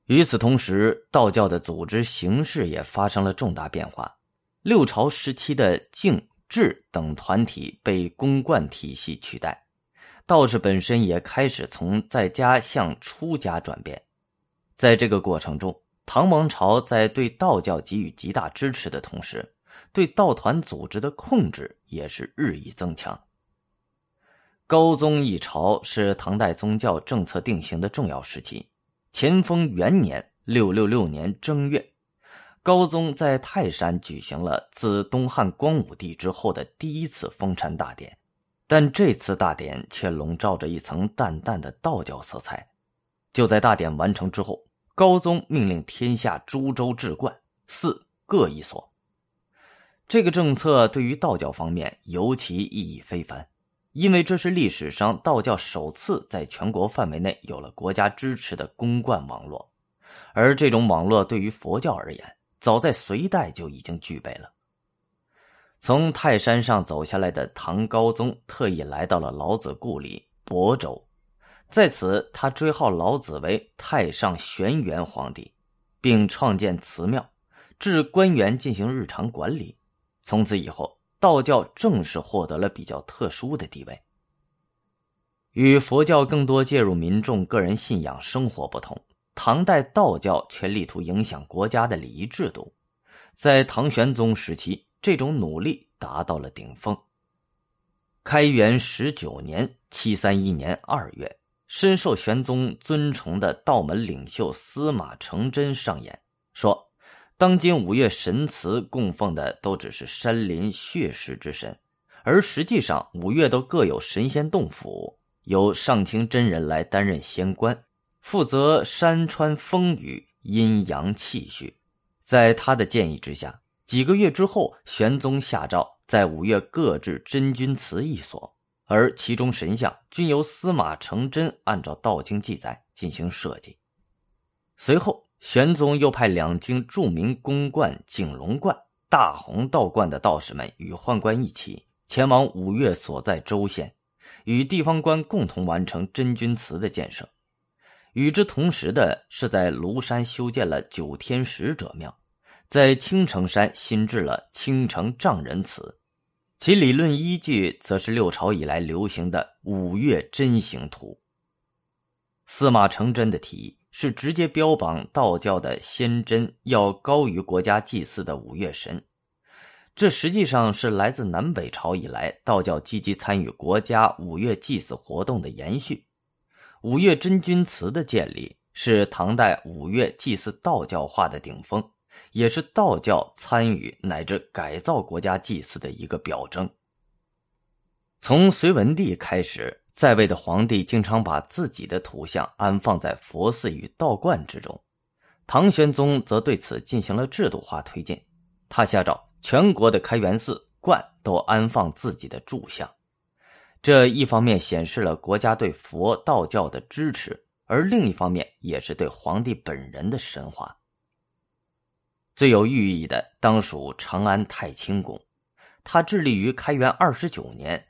与此同时，道教的组织形式也发生了重大变化。六朝时期的净、智等团体被公观体系取代，道士本身也开始从在家向出家转变。在这个过程中，唐王朝在对道教给予极大支持的同时，对道团组织的控制也是日益增强。高宗一朝是唐代宗教政策定型的重要时期。乾封元年666年正月，高宗在泰山举行了自东汉光武帝之后的第一次封禅大典，但这次大典却笼罩着一层淡淡的道教色彩。就在大典完成之后，高宗命令天下诸州置冠，寺各一所。这个政策对于道教方面尤其意义非凡，因为这是历史上道教首次在全国范围内有了国家支持的公观网络，而这种网络对于佛教而言，早在隋代就已经具备了。从泰山上走下来的唐高宗特意来到了老子故里亳州，在此他追号老子为太上玄元皇帝，并创建祠庙，置官员进行日常管理。从此以后，道教正式获得了比较特殊的地位。与佛教更多介入民众个人信仰生活不同，唐代道教却力图影响国家的礼仪制度。在唐玄宗时期，这种努力达到了顶峰。开元19年731年2月，深受玄宗尊崇的道门领袖司马承祯上言说，当今五岳神祠供奉的都只是山林血石之神，而实际上五岳都各有神仙洞府，由上清真人来担任仙官，负责山川风雨阴阳气序。在他的建议之下，几个月之后，玄宗下诏在五岳各置真君祠一所，而其中神像均由司马承祯按照道经记载进行设计。随后，玄宗又派两京著名公观景龙观、大弘道观的道士们与宦官一起前往五岳所在州县，与地方官共同完成真君祠的建设。与之同时的是，在庐山修建了九天使者庙，在青城山新置了青城丈人祠，其理论依据则是六朝以来流行的五岳真形图。司马承祯的提议是直接标榜道教的仙真要高于国家祭祀的五岳神，这实际上是来自南北朝以来道教积极参与国家五岳祭祀活动的延续。五岳真君祠的建立是唐代五岳祭祀道教化的顶峰，也是道教参与乃至改造国家祭祀的一个表征。从隋文帝开始，在位的皇帝经常把自己的图像安放在佛寺与道观之中，唐玄宗则对此进行了制度化推进，他下诏全国的开元寺、观都安放自己的柱像。这一方面显示了国家对佛道教的支持，而另一方面也是对皇帝本人的神化。最有寓意的当属长安太清宫，它致力于开元29年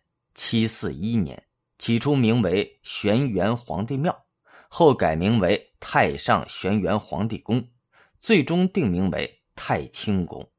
741年，起初名为玄元皇帝庙，后改名为太上玄元皇帝宫，最终定名为太清宫。